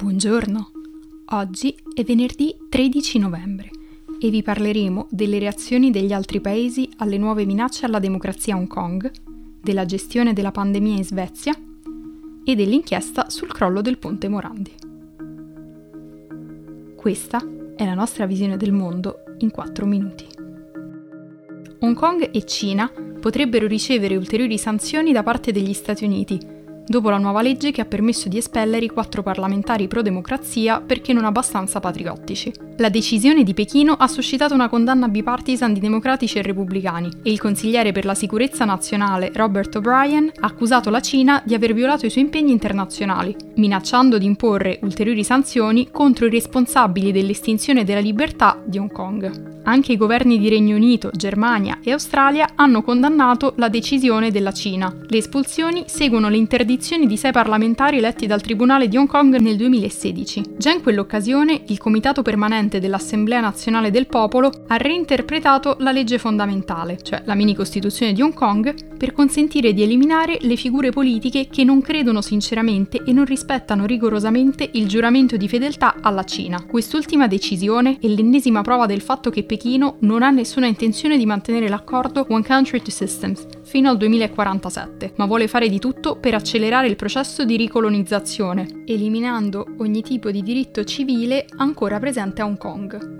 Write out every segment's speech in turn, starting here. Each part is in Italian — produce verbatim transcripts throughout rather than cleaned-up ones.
Buongiorno, oggi è venerdì tredici novembre e vi parleremo delle reazioni degli altri paesi alle nuove minacce alla democrazia a Hong Kong, della gestione della pandemia in Svezia e dell'inchiesta sul crollo del ponte Morandi. Questa è la nostra visione del mondo in quattro minuti. Hong Kong e Cina potrebbero ricevere ulteriori sanzioni da parte degli Stati Uniti, dopo la nuova legge che ha permesso di espellere i quattro parlamentari pro-democrazia perché non abbastanza patriottici. La decisione di Pechino ha suscitato una condanna bipartisan di democratici e repubblicani e il consigliere per la sicurezza nazionale Robert O'Brien ha accusato la Cina di aver violato i suoi impegni internazionali, minacciando di imporre ulteriori sanzioni contro i responsabili dell'estinzione della libertà di Hong Kong. Anche i governi di Regno Unito, Germania e Australia hanno condannato la decisione della Cina. Le espulsioni seguono le interdizioni di sei parlamentari eletti dal Tribunale di Hong Kong nel duemilasedici. Già in quell'occasione, il Comitato Permanente dell'Assemblea Nazionale del Popolo ha reinterpretato la legge fondamentale, cioè la mini Costituzione di Hong Kong, per consentire di eliminare le figure politiche che non credono sinceramente e non rispettano rigorosamente il giuramento di fedeltà alla Cina. Quest'ultima decisione è l'ennesima prova del fatto che Pechino non ha nessuna intenzione di mantenere l'accordo One Country, Two Systems fino al duemilaquarantasette, ma vuole fare di tutto per accelerare il processo di ricolonizzazione, eliminando ogni tipo di diritto civile ancora presente a Hong Kong.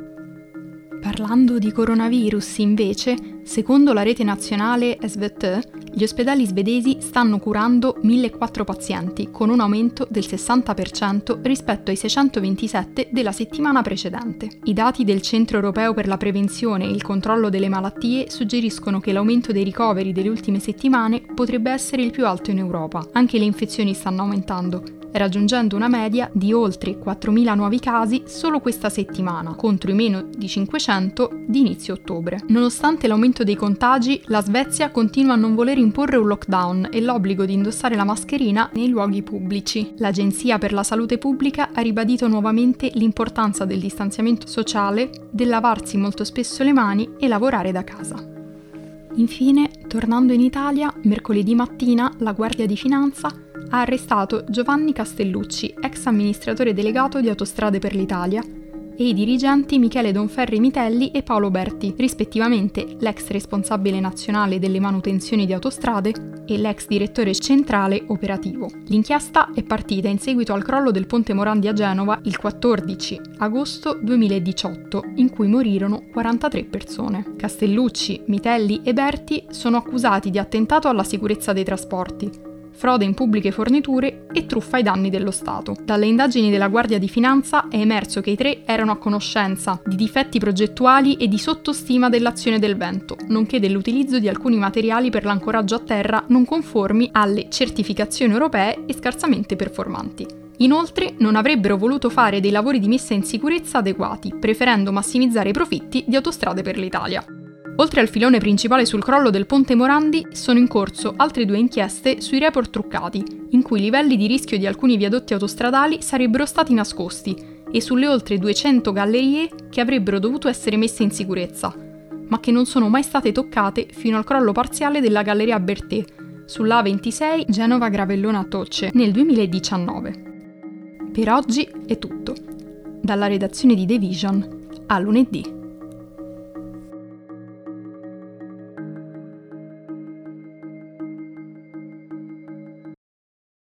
Parlando di coronavirus, invece, secondo la rete nazionale S V T, gli ospedali svedesi stanno curando millequattrocento pazienti, con un aumento del sessanta per cento rispetto ai seicentoventisette della settimana precedente. I dati del Centro Europeo per la Prevenzione e il Controllo delle Malattie suggeriscono che l'aumento dei ricoveri delle ultime settimane potrebbe essere il più alto in Europa. Anche le infezioni stanno aumentando, raggiungendo una media di oltre quattromila nuovi casi solo questa settimana, contro i meno di cinquecento di inizio ottobre. Nonostante l'aumento dei contagi, la Svezia continua a non voler imporre un lockdown e l'obbligo di indossare la mascherina nei luoghi pubblici. L'Agenzia per la Salute Pubblica ha ribadito nuovamente l'importanza del distanziamento sociale, del lavarsi molto spesso le mani e lavorare da casa. Infine, tornando in Italia, mercoledì mattina la Guardia di Finanza ha arrestato Giovanni Castellucci, ex amministratore delegato di Autostrade per l'Italia, e i dirigenti Michele Donferri Mitelli e Paolo Berti, rispettivamente l'ex responsabile nazionale delle manutenzioni di autostrade e l'ex direttore centrale operativo. L'inchiesta è partita in seguito al crollo del ponte Morandi a Genova il quattordici agosto duemiladiciotto, in cui morirono quarantatré persone. Castellucci, Mitelli e Berti sono accusati di attentato alla sicurezza dei trasporti, frode in pubbliche forniture e truffa ai danni dello Stato. Dalle indagini della Guardia di Finanza è emerso che i tre erano a conoscenza di difetti progettuali e di sottostima dell'azione del vento, nonché dell'utilizzo di alcuni materiali per l'ancoraggio a terra non conformi alle certificazioni europee e scarsamente performanti. Inoltre, non avrebbero voluto fare dei lavori di messa in sicurezza adeguati, preferendo massimizzare i profitti di Autostrade per l'Italia. Oltre al filone principale sul crollo del ponte Morandi, sono in corso altre due inchieste sui report truccati, in cui i livelli di rischio di alcuni viadotti autostradali sarebbero stati nascosti, e sulle oltre duecento gallerie che avrebbero dovuto essere messe in sicurezza, ma che non sono mai state toccate fino al crollo parziale della galleria Bertè, sull'A ventisei Genova-Gravellona-Tocce nel duemiladiciannove. Per oggi è tutto. Dalla redazione di The Vision, a lunedì.